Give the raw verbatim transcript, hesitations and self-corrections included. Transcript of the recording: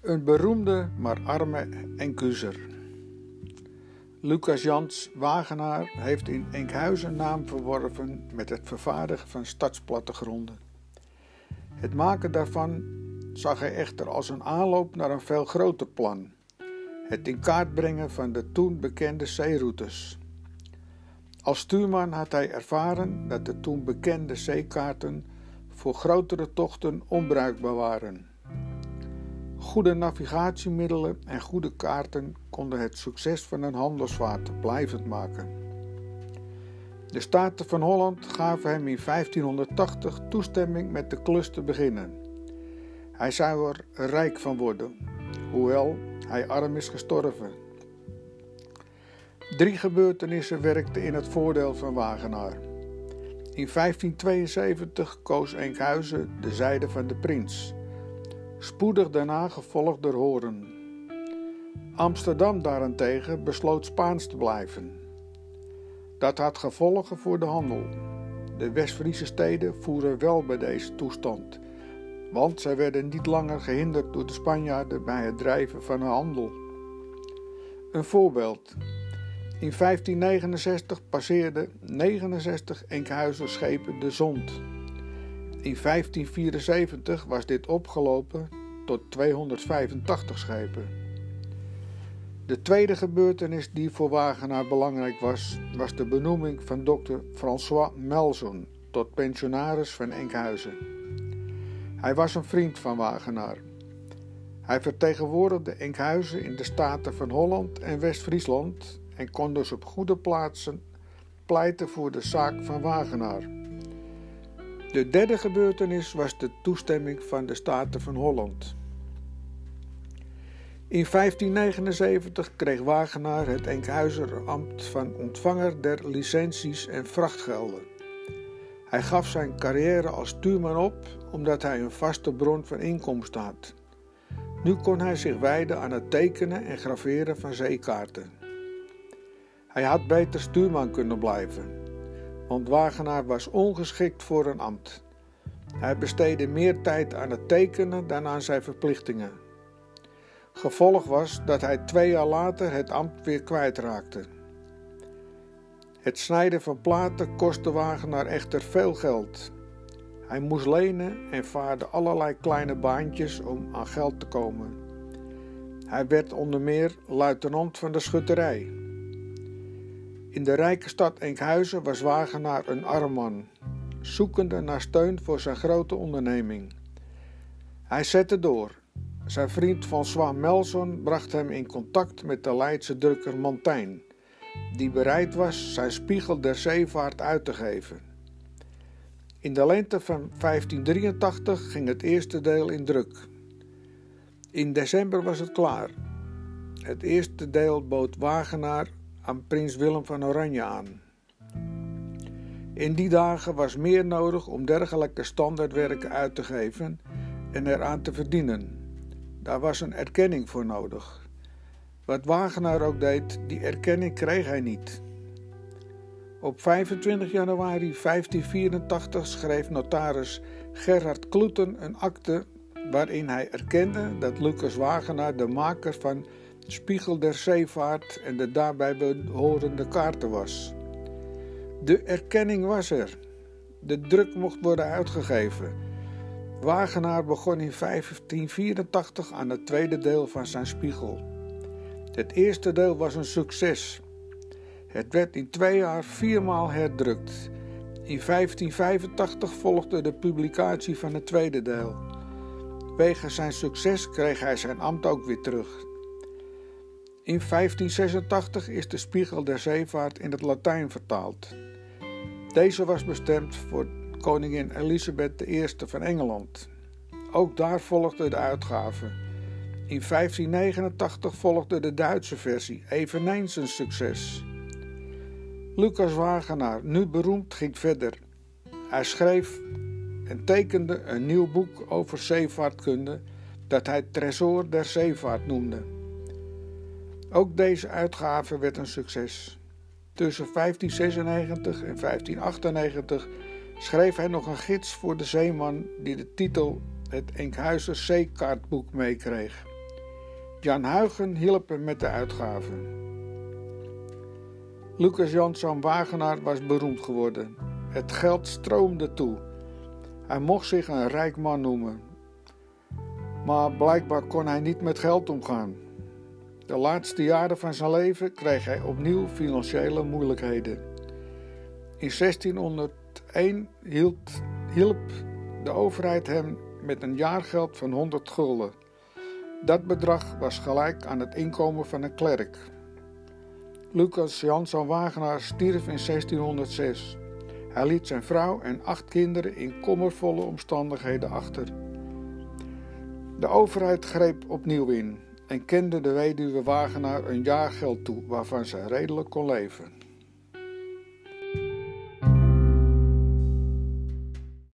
Een beroemde maar arme Enkhuizer. Lucas Jansz Wagenaar heeft in Enkhuizen naam verworven met het vervaardigen van stadsplattegronden. Het maken daarvan zag hij echter als een aanloop naar een veel groter plan: het in kaart brengen van de toen bekende zeeroutes. Als stuurman had hij ervaren dat de toen bekende zeekaarten voor grotere tochten onbruikbaar waren. Goede navigatiemiddelen en goede kaarten konden het succes van een handelsvaart blijvend maken. De Staten van Holland gaven hem in vijftienhonderdtachtig toestemming met de klus te beginnen. Hij zou er rijk van worden, hoewel hij arm is gestorven. Drie gebeurtenissen werkten in het voordeel van Wagenaar. In vijftientweeënzeventig koos Enkhuizen de zijde van de prins, spoedig daarna gevolgd door Hoorn. Amsterdam daarentegen besloot Spaans te blijven. Dat had gevolgen voor de handel. De West-Friese steden voeren wel bij deze toestand, want zij werden niet langer gehinderd door de Spanjaarden bij het drijven van hun handel. Een voorbeeld. In vijftiennegenenzestig passeerden negenenzestig Enkhuizer schepen de Zond. In vijftienvierenzeventig was dit opgelopen tot tweehonderdvijfentachtig schepen. De tweede gebeurtenis die voor Wagenaar belangrijk was, was de benoeming van dokter François Melson tot pensionaris van Enkhuizen. Hij was een vriend van Wagenaar. Hij vertegenwoordigde Enkhuizen in de Staten van Holland en West-Friesland en kon dus op goede plaatsen pleiten voor de zaak van Wagenaar. De derde gebeurtenis was de toestemming van de Staten van Holland. In vijftiennegenenzeventig kreeg Wagenaar het Enkhuizer ambt van ontvanger der licenties en vrachtgelden. Hij gaf zijn carrière als stuurman op omdat hij een vaste bron van inkomsten had. Nu kon hij zich wijden aan het tekenen en graveren van zeekaarten. Hij had beter stuurman kunnen blijven, want Wagenaar was ongeschikt voor een ambt. Hij besteedde meer tijd aan het tekenen dan aan zijn verplichtingen. Gevolg was dat hij twee jaar later het ambt weer kwijtraakte. Het snijden van platen kostte Wagenaar echter veel geld. Hij moest lenen en vaarde allerlei kleine baantjes om aan geld te komen. Hij werd onder meer luitenant van de schutterij. In de rijke stad Enkhuizen was Wagenaar een arm man, zoekende naar steun voor zijn grote onderneming. Hij zette door. Zijn vriend François Melson bracht hem in contact met de Leidse drukker Montaigne, die bereid was zijn Spiegel der Zeevaart uit te geven. In de lente van vijftiendrieëntachtig ging het eerste deel in druk. In december was het klaar. Het eerste deel bood Wagenaar aan prins Willem van Oranje aan. In die dagen was meer nodig om dergelijke standaardwerken uit te geven en eraan te verdienen. Daar was een erkenning voor nodig. Wat Wagenaar ook deed, die erkenning kreeg hij niet. Op vijfentwintig januari vijftienvierentachtig schreef notaris Gerhard Kloeten een akte waarin hij erkende dat Lucas Wagenaar de maker van Spiegel der Zeevaart en de daarbij behorende kaarten was. De erkenning was er. De druk mocht worden uitgegeven. Wagenaar begon in vijftienvierentachtig aan het tweede deel van zijn Spiegel. Het eerste deel was een succes. Het werd in twee jaar viermaal herdrukt. In vijftienvijfentachtig volgde de publicatie van het tweede deel. Wegens zijn succes kreeg hij zijn ambt ook weer terug. In vijftienzesentachtig is de Spiegel der Zeevaart in het Latijn vertaald. Deze was bestemd voor koningin Elisabeth de Eerste van Engeland. Ook daar volgde de uitgave. In vijftiennegenentachtig volgde de Duitse versie, eveneens een succes. Lucas Wagenaar, nu beroemd, ging verder. Hij schreef en tekende een nieuw boek over zeevaartkunde dat hij Tresor der Zeevaart noemde. Ook deze uitgave werd een succes. Tussen vijftienzesennegentig en vijftienachtennegentig schreef hij nog een gids voor de zeeman die de titel Het Enkhuizer Zeekaartboek meekreeg. Jan Huygen hielp hem met de uitgaven. Lucas Janszoon Wagenaar was beroemd geworden. Het geld stroomde toe. Hij mocht zich een rijk man noemen. Maar blijkbaar kon hij niet met geld omgaan. De laatste jaren van zijn leven kreeg hij opnieuw financiële moeilijkheden. In zestienhonderdéén hield, hielp de overheid hem met een jaargeld van honderd gulden. Dat bedrag was gelijk aan het inkomen van een klerk. Lucas Janszoon Wagenaar stierf in zestienhonderdzes. Hij liet zijn vrouw en acht kinderen in kommervolle omstandigheden achter. De overheid greep opnieuw in en kende de weduwe Wagenaar een jaargeld toe waarvan zij redelijk kon leven.